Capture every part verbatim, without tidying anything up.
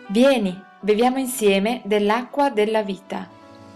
Vieni, beviamo insieme dell'acqua della vita.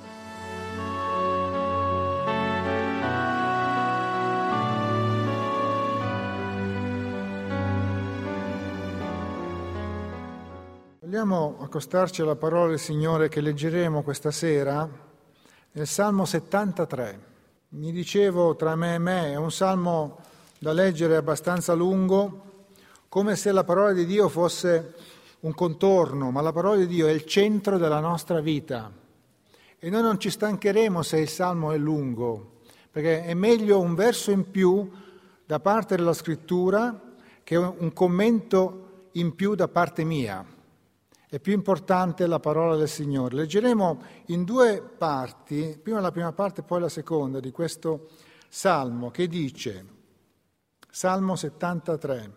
Vogliamo accostarci alla parola del Signore che leggeremo questa sera nel Salmo settantatré. Mi dicevo tra me e me, è un salmo da leggere abbastanza lungo, come se la parola di Dio fosse un contorno, ma la parola di Dio è il centro della nostra vita e noi non ci stancheremo se il salmo è lungo, perché è meglio un verso in più da parte della scrittura che un commento in più da parte mia. È più importante la parola del Signore. Leggeremo in due parti, prima la prima parte e poi la seconda di questo salmo che dice, Salmo settantatré,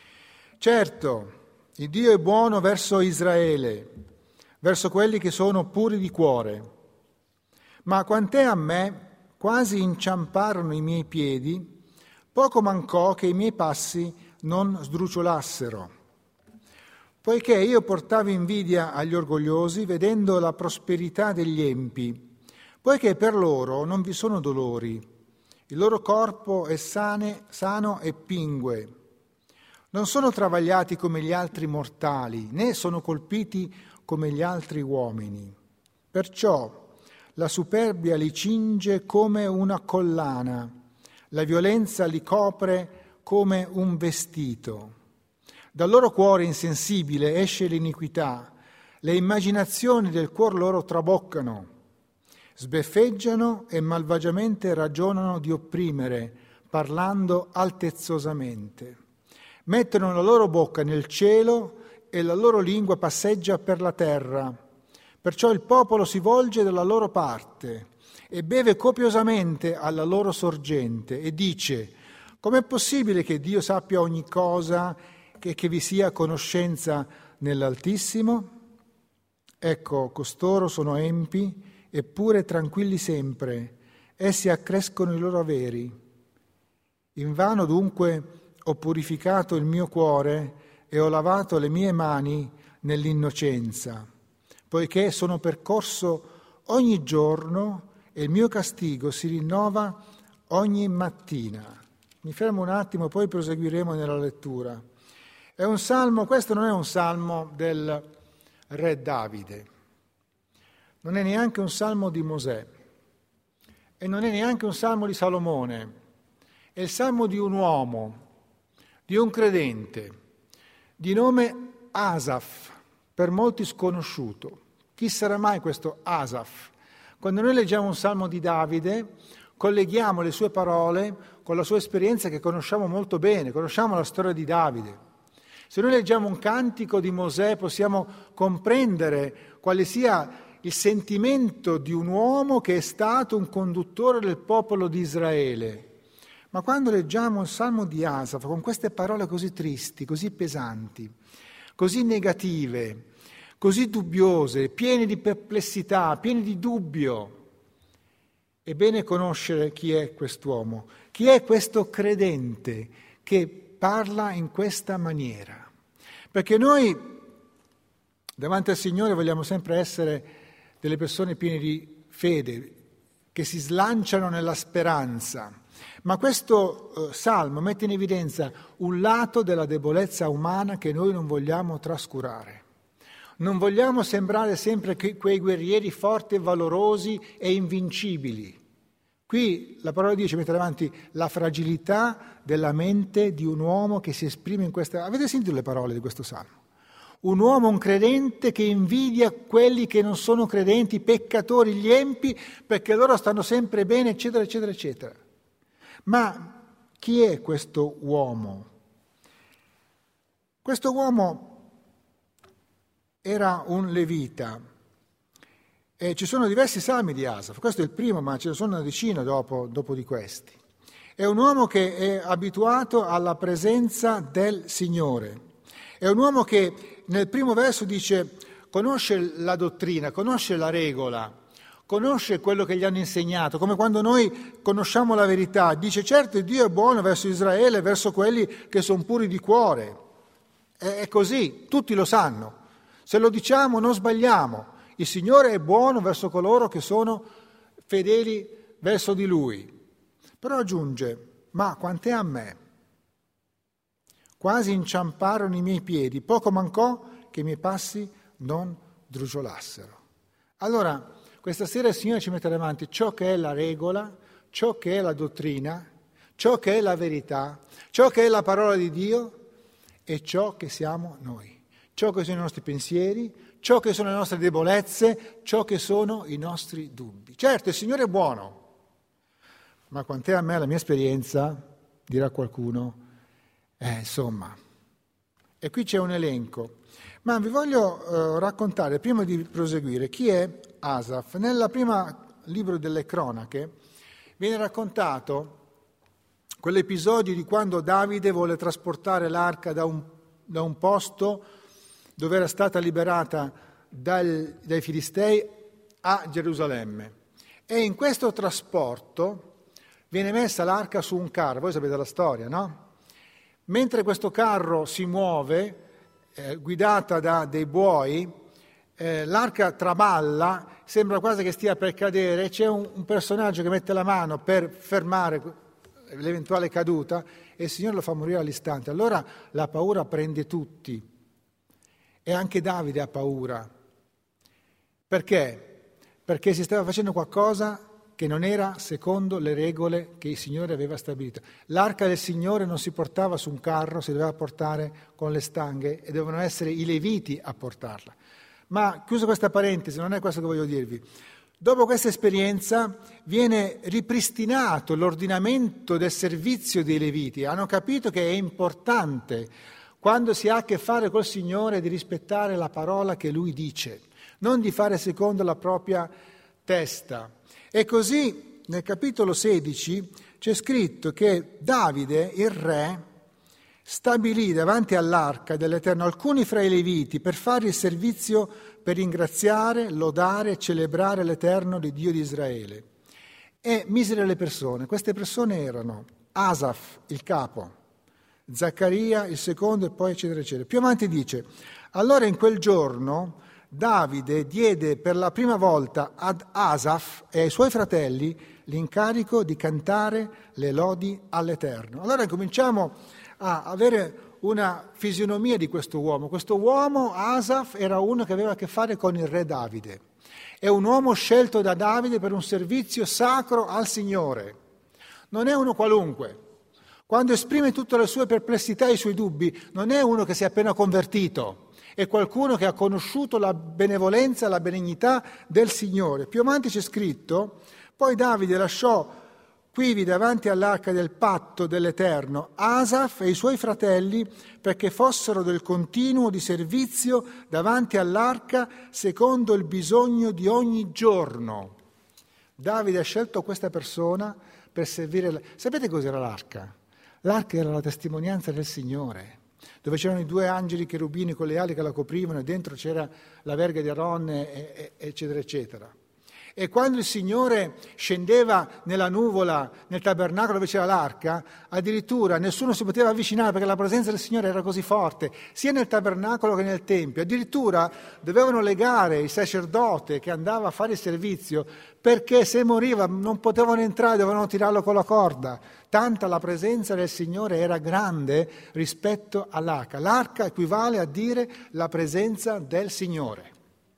certo, il Dio è buono verso Israele, verso quelli che sono puri di cuore, ma quant'è a me, quasi inciamparono i miei piedi, poco mancò che i miei passi non sdruciolassero. Poiché io portavo invidia agli orgogliosi, vedendo la prosperità degli empi, poiché per loro non vi sono dolori, il loro corpo è sane, sano e pingue. Non sono travagliati come gli altri mortali, né sono colpiti come gli altri uomini. Perciò la superbia li cinge come una collana, la violenza li copre come un vestito. Dal loro cuore insensibile esce l'iniquità, le immaginazioni del cuor loro traboccano, sbeffeggiano e malvagiamente ragionano di opprimere, parlando altezzosamente. Mettono la loro bocca nel cielo e la loro lingua passeggia per la terra. Perciò il popolo si volge dalla loro parte e beve copiosamente alla loro sorgente e dice: com'è possibile che Dio sappia ogni cosa e che vi sia conoscenza nell'Altissimo? Ecco, costoro sono empi, eppure tranquilli sempre, essi accrescono i loro averi. Invano dunque ho purificato il mio cuore e ho lavato le mie mani nell'innocenza, poiché sono percorso ogni giorno e il mio castigo si rinnova ogni mattina. Mi fermo un attimo, poi proseguiremo nella lettura. È un salmo, questo non è un salmo del re Davide, non è neanche un salmo di Mosè e non è neanche un salmo di Salomone, è il salmo di un uomo, di un credente, di nome Asaf, per molti sconosciuto. Chi sarà mai questo Asaf? Quando noi leggiamo un salmo di Davide, colleghiamo le sue parole con la sua esperienza che conosciamo molto bene, conosciamo la storia di Davide. Se noi leggiamo un cantico di Mosè possiamo comprendere quale sia il sentimento di un uomo che è stato un conduttore del popolo di Israele. Ma quando leggiamo il Salmo di Asaf con queste parole così tristi, così pesanti, così negative, così dubbiose, piene di perplessità, piene di dubbio, è bene conoscere chi è quest'uomo, chi è questo credente che parla in questa maniera. Perché noi davanti al Signore vogliamo sempre essere delle persone piene di fede, che si slanciano nella speranza. Ma questo eh, salmo mette in evidenza un lato della debolezza umana che noi non vogliamo trascurare. Non vogliamo sembrare sempre que- quei guerrieri forti e valorosi e invincibili. Qui la parola di Dio ci mette davanti la fragilità della mente di un uomo che si esprime in questa... Avete sentito le parole di questo salmo? Un uomo, un credente che invidia quelli che non sono credenti, i peccatori, gli empi, perché loro stanno sempre bene, eccetera, eccetera, eccetera. Ma chi è questo uomo? Questo uomo era un levita. E ci sono diversi salmi di Asaf, questo è il primo, ma ce ne sono una decina dopo, dopo di questi. È un uomo che è abituato alla presenza del Signore. È un uomo che nel primo verso dice conosce la dottrina, conosce la regola, conosce quello che gli hanno insegnato, come quando noi conosciamo la verità. Dice certo Dio è buono verso Israele, verso quelli che sono puri di cuore. È, è così, tutti lo sanno. Se lo diciamo non sbagliamo. Il Signore è buono verso coloro che sono fedeli verso di Lui. Però aggiunge, ma quant'è a me? Quasi inciamparono i miei piedi, poco mancò che i miei passi non drugiolassero. Allora, questa sera il Signore ci mette davanti ciò che è la regola, ciò che è la dottrina, ciò che è la verità, ciò che è la parola di Dio e ciò che siamo noi, ciò che sono i nostri pensieri, ciò che sono le nostre debolezze, ciò che sono i nostri dubbi. Certo, il Signore è buono, ma quant'è a me la mia esperienza, dirà qualcuno, eh, insomma. E qui c'è un elenco. Ma vi voglio eh, raccontare, prima di proseguire, chi è Asaf. Nel primo libro delle cronache viene raccontato quell'episodio di quando Davide vuole trasportare l'arca da un, da un posto dove era stata liberata dal, dai Filistei a Gerusalemme. E in questo trasporto viene messa l'arca su un carro, voi sapete la storia, no? Mentre questo carro si muove, eh, guidata da dei buoi, eh, l'arca traballa, sembra quasi che stia per cadere, c'è un, un personaggio che mette la mano per fermare l'eventuale caduta e il Signore lo fa morire all'istante. Allora la paura prende tutti e anche Davide ha paura. Perché? Perché si stava facendo qualcosa che non era secondo le regole che il Signore aveva stabilito. L'arca del Signore non si portava su un carro, si doveva portare con le stanghe e dovevano essere i Leviti a portarla. Ma chiuso questa parentesi, non è questo che voglio dirvi. Dopo questa esperienza viene ripristinato l'ordinamento del servizio dei Leviti. Hanno capito che è importante, quando si ha a che fare col Signore, di rispettare la parola che Lui dice, non di fare secondo la propria testa. E così nel capitolo sedici c'è scritto che Davide, il re, stabilì davanti all'arca dell'Eterno alcuni fra i Leviti per fare il servizio per ringraziare, lodare e celebrare l'Eterno, il Dio di Israele. E misero le persone. Queste persone erano Asaf, il capo, Zaccaria, il secondo, e poi eccetera eccetera. Più avanti dice, allora in quel giorno Davide diede per la prima volta ad Asaf e ai suoi fratelli l'incarico di cantare le lodi all'Eterno. Allora cominciamo a avere una fisionomia di questo uomo. Questo uomo, Asaf, era uno che aveva a che fare con il re Davide. È un uomo scelto da Davide per un servizio sacro al Signore. Non è uno qualunque. Quando esprime tutte le sue perplessità e i suoi dubbi, non è uno che si è appena convertito. È qualcuno che ha conosciuto la benevolenza e la benignità del Signore. Più avanti c'è scritto, poi Davide lasciò quivi davanti all'arca del patto dell'Eterno Asaf e i suoi fratelli perché fossero del continuo di servizio davanti all'arca secondo il bisogno di ogni giorno. Davide ha scelto questa persona per servire. Sapete cos'era l'arca? L'arca era la testimonianza del Signore, dove c'erano i due angeli cherubini con le ali che la coprivano e dentro c'era la verga di Aronne, e, e, eccetera, eccetera. E quando il Signore scendeva nella nuvola, nel tabernacolo dove c'era l'arca, addirittura nessuno si poteva avvicinare perché la presenza del Signore era così forte, sia nel tabernacolo che nel Tempio. Addirittura dovevano legare il sacerdote che andava a fare il servizio, perché se moriva non potevano entrare, dovevano tirarlo con la corda. Tanta la presenza del Signore era grande rispetto all'arca. L'arca equivale a dire la presenza del Signore.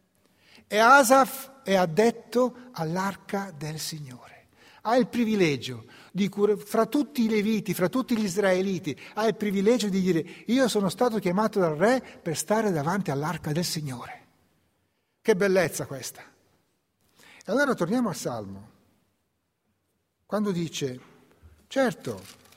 E Asaf è addetto all'arca del Signore. Ha il privilegio di cura, fra tutti i Leviti, fra tutti gli israeliti, ha il privilegio di dire: io sono stato chiamato dal re per stare davanti all'arca del Signore. Che bellezza questa! E allora torniamo al Salmo, quando dice: certo,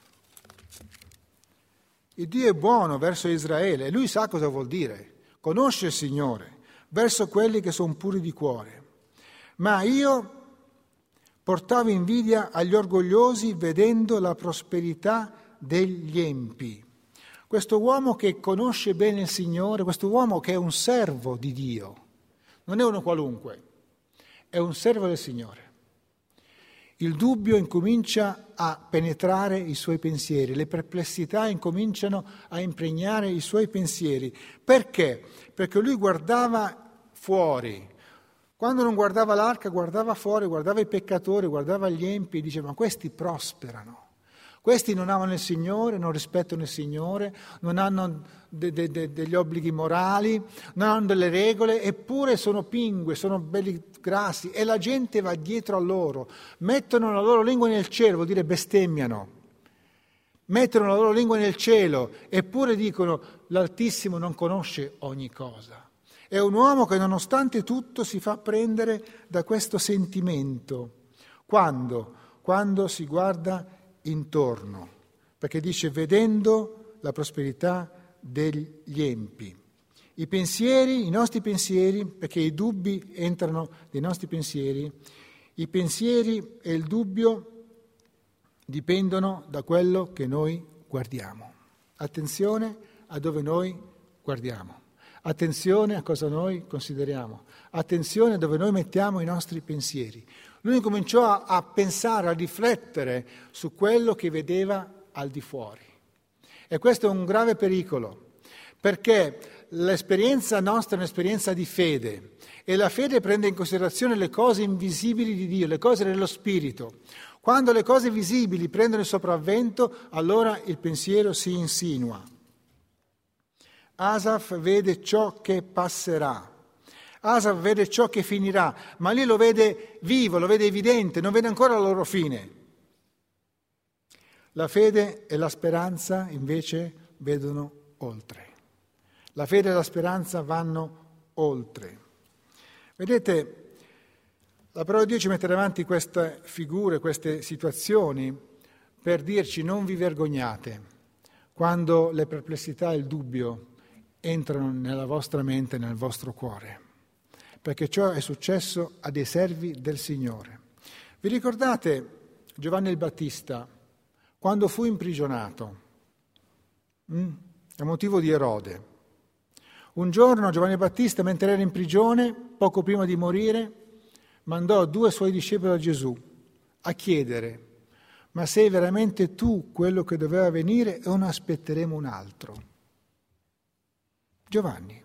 il Dio è buono verso Israele, e lui sa cosa vuol dire, conosce il Signore verso quelli che sono puri di cuore. Ma io portavo invidia agli orgogliosi vedendo la prosperità degli empi. Questo uomo che conosce bene il Signore, questo uomo che è un servo di Dio, non è uno qualunque, è un servo del Signore. Il dubbio incomincia a penetrare i suoi pensieri, le perplessità incominciano a impregnare i suoi pensieri. Perché? Perché lui guardava fuori. Quando non guardava l'arca, guardava fuori, guardava i peccatori, guardava gli empi e diceva: ma questi prosperano. Questi non amano il Signore, non rispettano il Signore, non hanno de- de- de- degli obblighi morali, non hanno delle regole, eppure sono pingue, sono belli grassi e la gente va dietro a loro. Mettono la loro lingua nel cielo, vuol dire bestemmiano. Mettono la loro lingua nel cielo, eppure dicono: l'Altissimo non conosce ogni cosa. È un uomo che nonostante tutto si fa prendere da questo sentimento. Quando? Quando si guarda intorno, perché dice: vedendo la prosperità degli empi. I pensieri, i nostri pensieri, perché i dubbi entrano nei nostri pensieri, i pensieri e il dubbio dipendono da quello che noi guardiamo. Attenzione a dove noi guardiamo, attenzione a cosa noi consideriamo, attenzione a dove noi mettiamo i nostri pensieri. Lui cominciò a, a pensare, a riflettere su quello che vedeva al di fuori. E questo è un grave pericolo, perché l'esperienza nostra è un'esperienza di fede e la fede prende in considerazione le cose invisibili di Dio, le cose dello Spirito. Quando le cose visibili prendono il sopravvento, allora il pensiero si insinua. Asaf vede ciò che passerà. Asaf vede ciò che finirà, ma lì lo vede vivo, lo vede evidente, non vede ancora la loro fine. La fede e la speranza invece vedono oltre. La fede e la speranza vanno oltre. Vedete, la parola di Dio ci mette davanti queste figure, queste situazioni per dirci: non vi vergognate quando le perplessità e il dubbio entrano nella vostra mente e nel vostro cuore. Perché ciò è successo a dei servi del Signore. Vi ricordate Giovanni il Battista, quando fu imprigionato, mh, a motivo di Erode? Un giorno Giovanni il Battista, mentre era in prigione, poco prima di morire, mandò due suoi discepoli a Gesù a chiedere: ma sei veramente tu quello che doveva venire o ne aspetteremo un altro? Giovanni,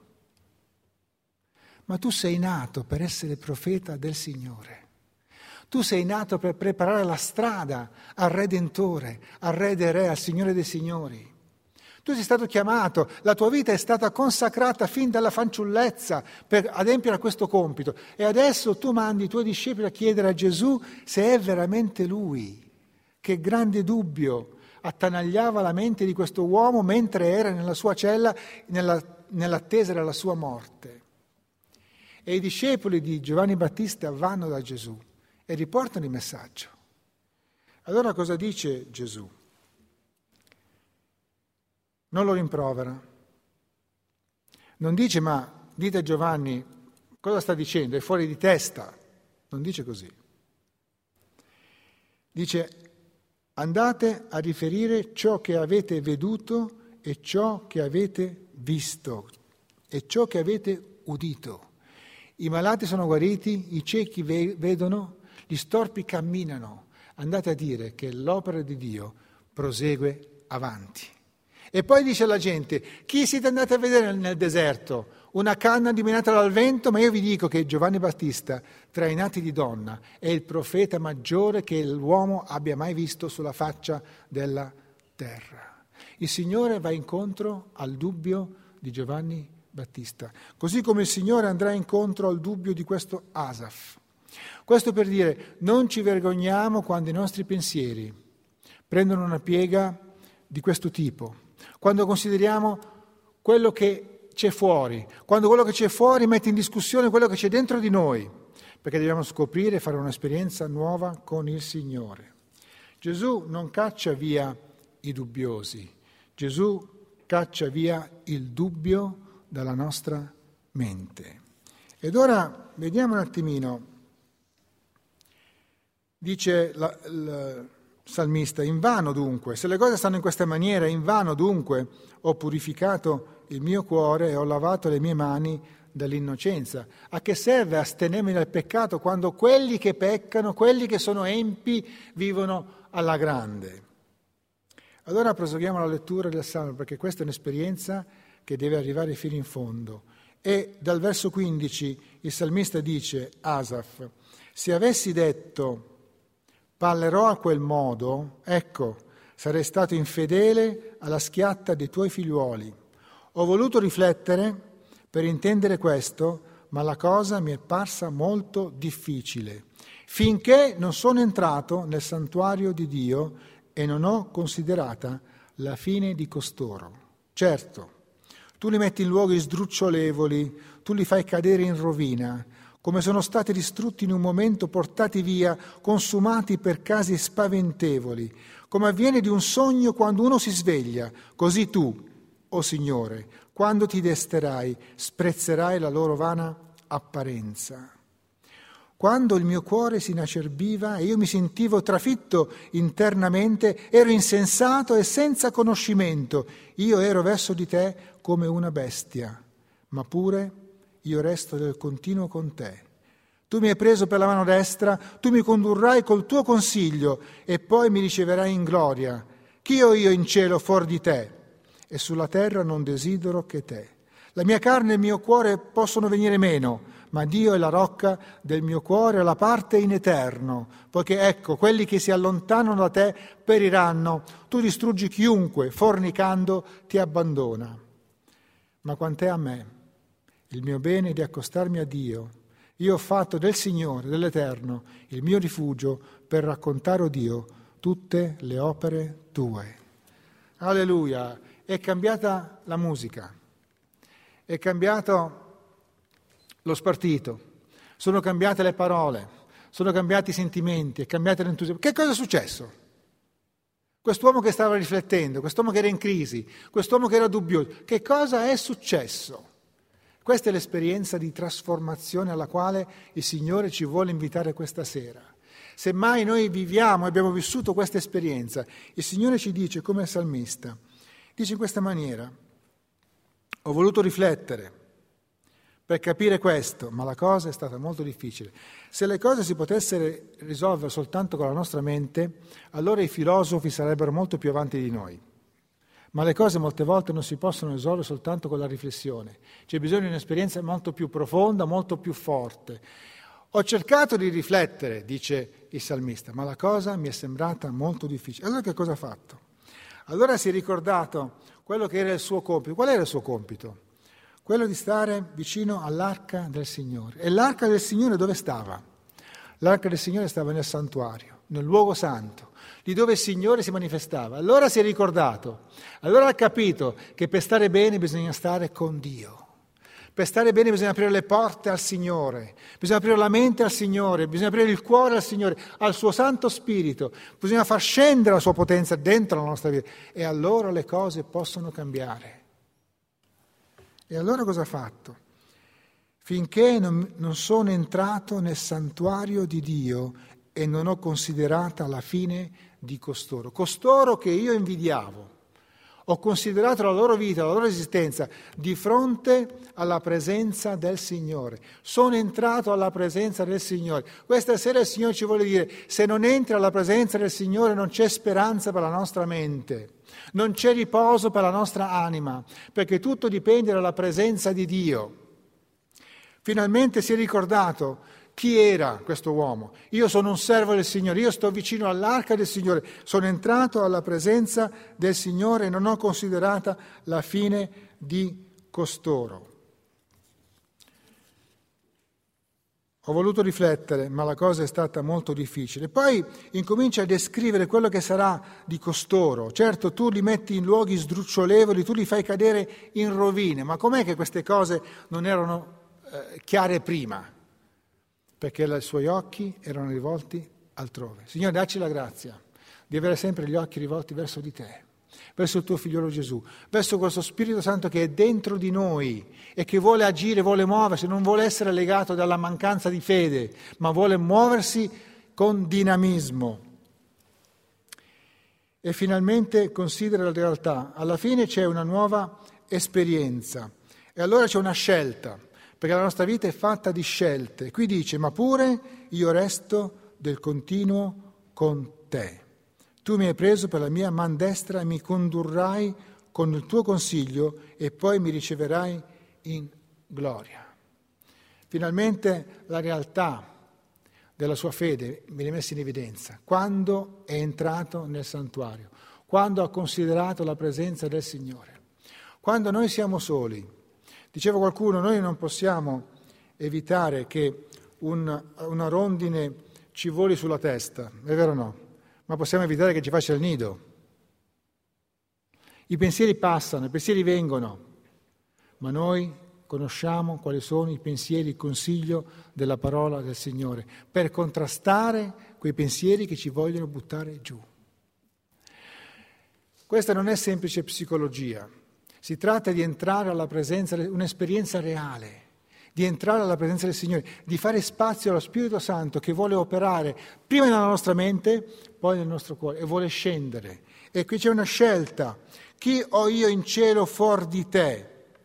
ma tu sei nato per essere profeta del Signore. Tu sei nato per preparare la strada al Redentore, al Re dei Re, al Signore dei Signori. Tu sei stato chiamato, la tua vita è stata consacrata fin dalla fanciullezza per adempiere a questo compito. E adesso tu mandi i tuoi discepoli a chiedere a Gesù se è veramente Lui. Che grande dubbio attanagliava la mente di questo uomo mentre era nella sua cella, nella, nell'attesa della sua morte. E i discepoli di Giovanni Battista vanno da Gesù e riportano il messaggio. Allora cosa dice Gesù? Non lo rimprovera. Non dice: ma dite a Giovanni cosa sta dicendo, è fuori di testa. Non dice così. Dice: andate a riferire ciò che avete veduto e ciò che avete visto e ciò che avete udito. I malati sono guariti, i ciechi vedono, gli storpi camminano. Andate a dire che l'opera di Dio prosegue avanti. E poi dice alla gente: chi siete andati a vedere nel deserto? Una canna dimenata dal vento? Ma io vi dico che Giovanni Battista, tra i nati di donna, è il profeta maggiore che l'uomo abbia mai visto sulla faccia della terra. Il Signore va incontro al dubbio di Giovanni Battista, così come il Signore andrà incontro al dubbio di questo Asaf. Questo per dire: non ci vergogniamo quando i nostri pensieri prendono una piega di questo tipo, quando consideriamo quello che c'è fuori, quando quello che c'è fuori mette in discussione quello che c'è dentro di noi, perché dobbiamo scoprire e fare un'esperienza nuova con il Signore. Gesù non caccia via i dubbiosi, Gesù caccia via il dubbio dalla nostra mente. Ed ora vediamo un attimino, dice la, la, salmista: invano dunque, se le cose stanno in questa maniera, invano dunque ho purificato il mio cuore e ho lavato le mie mani dall'innocenza. A che serve astenermi dal peccato quando quelli che peccano, quelli che sono empi, vivono alla grande. Allora proseguiamo la lettura del Salmo, perché questa è un'esperienza che deve arrivare fino in fondo. E dal verso quindici il salmista dice, Asaf, se avessi detto parlerò a quel modo, ecco, sarei stato infedele alla schiatta dei tuoi figliuoli. Ho voluto riflettere per intendere questo, ma la cosa mi è parsa molto difficile, finché non sono entrato nel santuario di Dio e non ho considerata la fine di costoro. Certo, tu li metti in luoghi sdrucciolevoli, tu li fai cadere in rovina, come sono stati distrutti in un momento, portati via, consumati per casi spaventevoli, come avviene di un sogno quando uno si sveglia, così tu, o Signore, quando ti desterai, sprezzerai la loro vana apparenza. Quando il mio cuore si inacerbiva e io mi sentivo trafitto internamente, ero insensato e senza conoscimento, io ero verso di te come una bestia, ma pure io resto del continuo con te. Tu mi hai preso per la mano destra, tu mi condurrai col tuo consiglio e poi mi riceverai in gloria. Chi ho io in cielo fuori di te? E sulla terra non desidero che te. La mia carne e il mio cuore possono venire meno, ma Dio è la rocca del mio cuore, la parte in eterno, poiché ecco, quelli che si allontanano da te periranno, tu distruggi chiunque, fornicando, ti abbandona. Ma quant'è a me, il mio bene di accostarmi a Dio, io ho fatto del Signore, dell'Eterno, il mio rifugio per raccontare, o Dio, tutte le opere tue. Alleluia! È cambiata la musica, è cambiato lo spartito, sono cambiate le parole, sono cambiati i sentimenti, è cambiato l'entusiasmo. Che cosa è successo? Quest'uomo che stava riflettendo, quest'uomo che era in crisi, quest'uomo che era dubbioso, che cosa è successo? Questa è l'esperienza di trasformazione alla quale il Signore ci vuole invitare questa sera. Se mai noi viviamo e abbiamo vissuto questa esperienza, il Signore ci dice, come salmista, dice in questa maniera, ho voluto riflettere per capire questo, ma la cosa è stata molto difficile. Se le cose si potessero risolvere soltanto con la nostra mente, allora i filosofi sarebbero molto più avanti di noi. Ma le cose molte volte non si possono risolvere soltanto con la riflessione. C'è bisogno di un'esperienza molto più profonda, molto più forte. Ho cercato di riflettere, dice il salmista, ma la cosa mi è sembrata molto difficile. Allora che cosa ha fatto? Allora si è ricordato quello che era il suo compito. Qual era il suo compito? Quello di stare vicino all'arca del Signore. E l'arca del Signore dove stava? L'arca del Signore stava nel santuario, nel luogo santo, lì dove il Signore si manifestava. Allora si è ricordato, allora ha capito che per stare bene bisogna stare con Dio. Per stare bene bisogna aprire le porte al Signore, bisogna aprire la mente al Signore, bisogna aprire il cuore al Signore, al suo Santo Spirito, bisogna far scendere la sua potenza dentro la nostra vita e allora le cose possono cambiare. E allora cosa ha fatto? Finché non, non sono entrato nel santuario di Dio e non ho considerata la fine di costoro, costoro che io invidiavo. Ho considerato la loro vita, la loro esistenza di fronte alla presenza del Signore. Sono entrato alla presenza del Signore. Questa sera il Signore ci vuole dire, se non entri alla presenza del Signore non c'è speranza per la nostra mente, non c'è riposo per la nostra anima, perché tutto dipende dalla presenza di Dio. Finalmente si è ricordato chi era questo uomo. Io sono un servo del Signore, io sto vicino all'arca del Signore, sono entrato alla presenza del Signore e non ho considerata la fine di costoro. Ho voluto riflettere, ma la cosa è stata molto difficile. Poi incomincia a descrivere quello che sarà di costoro. Certo, tu li metti in luoghi sdrucciolevoli, tu li fai cadere in rovine, ma com'è che queste cose non erano eh, chiare prima? Perché i suoi occhi erano rivolti altrove. Signore, dacci la grazia di avere sempre gli occhi rivolti verso di te, verso il tuo figliolo Gesù, verso questo Spirito Santo che è dentro di noi e che vuole agire, vuole muoversi, non vuole essere legato dalla mancanza di fede, ma vuole muoversi con dinamismo. E finalmente considera la realtà. Alla fine c'è una nuova esperienza e allora c'è una scelta, perché la nostra vita è fatta di scelte. Qui dice, ma pure io resto del continuo con te. Tu mi hai preso per la mia man destra e mi condurrai con il tuo consiglio e poi mi riceverai in gloria. Finalmente la realtà della sua fede viene messa in evidenza quando è entrato nel santuario, quando ha considerato la presenza del Signore. Quando noi siamo soli, diceva qualcuno, noi non possiamo evitare che un, una rondine ci voli sulla testa, è vero o no? Ma possiamo evitare che ci faccia il nido. I pensieri passano, i pensieri vengono, ma noi conosciamo quali sono i pensieri, il consiglio della parola del Signore, per contrastare quei pensieri che ci vogliono buttare giù. Questa non è semplice psicologia, si tratta di entrare alla presenza, un'esperienza reale, di entrare alla presenza del Signore, di fare spazio allo Spirito Santo che vuole operare prima nella nostra mente, poi nel nostro cuore, e vuole scendere. E qui c'è una scelta. Chi ho io in cielo fuor di te?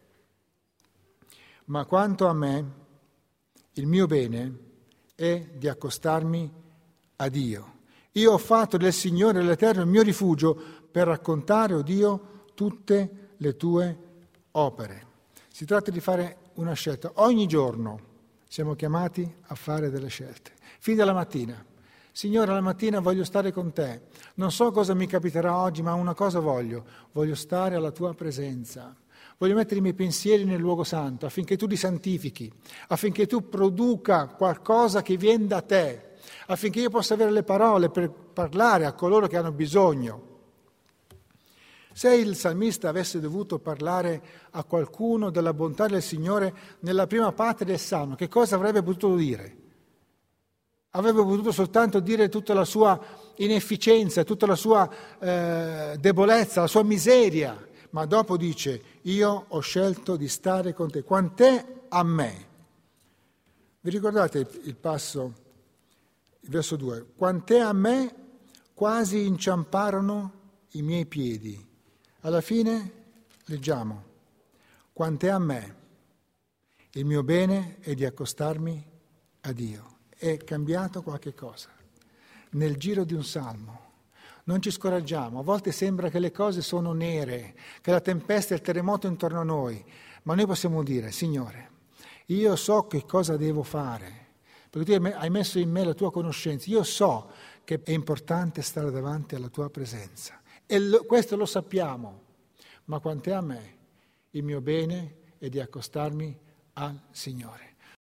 Ma quanto a me, il mio bene è di accostarmi a Dio. Io ho fatto del Signore l'Eterno il mio rifugio per raccontare, o Dio, tutte le tue opere. Si tratta di fare una scelta. Ogni giorno siamo chiamati a fare delle scelte. Fin dalla mattina. Signore, la mattina voglio stare con te. Non so cosa mi capiterà oggi, ma una cosa voglio. Voglio stare alla tua presenza. Voglio mettere i miei pensieri nel luogo santo affinché tu li santifichi, affinché tu produca qualcosa che viene da te, affinché io possa avere le parole per parlare a coloro che hanno bisogno. Se il salmista avesse dovuto parlare a qualcuno della bontà del Signore nella prima parte del Salmo, che cosa avrebbe potuto dire? Avrebbe potuto soltanto dire tutta la sua inefficienza, tutta la sua eh, debolezza, la sua miseria, ma dopo dice, io ho scelto di stare con te, quant'è a me. Vi ricordate il, il passo, il verso due? Quant'è a me, quasi inciamparono i miei piedi. Alla fine leggiamo, quant'è a me, il mio bene è di accostarmi a Dio. È cambiato qualche cosa nel giro di un salmo. Non ci scoraggiamo, a volte sembra che le cose sono nere, che la tempesta e il terremoto intorno a noi, ma noi possiamo dire, Signore, io so che cosa devo fare, perché tu hai messo in me la tua conoscenza, io so che è importante stare davanti alla tua presenza. E lo, questo lo sappiamo, ma quant'è a me, il mio bene è di accostarmi al Signore.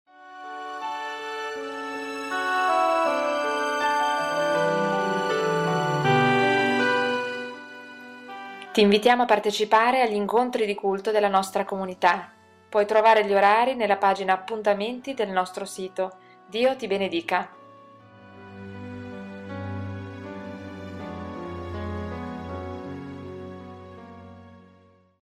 Ti invitiamo a partecipare agli incontri di culto della nostra comunità. Puoi trovare gli orari nella pagina appuntamenti del nostro sito. Dio ti benedica.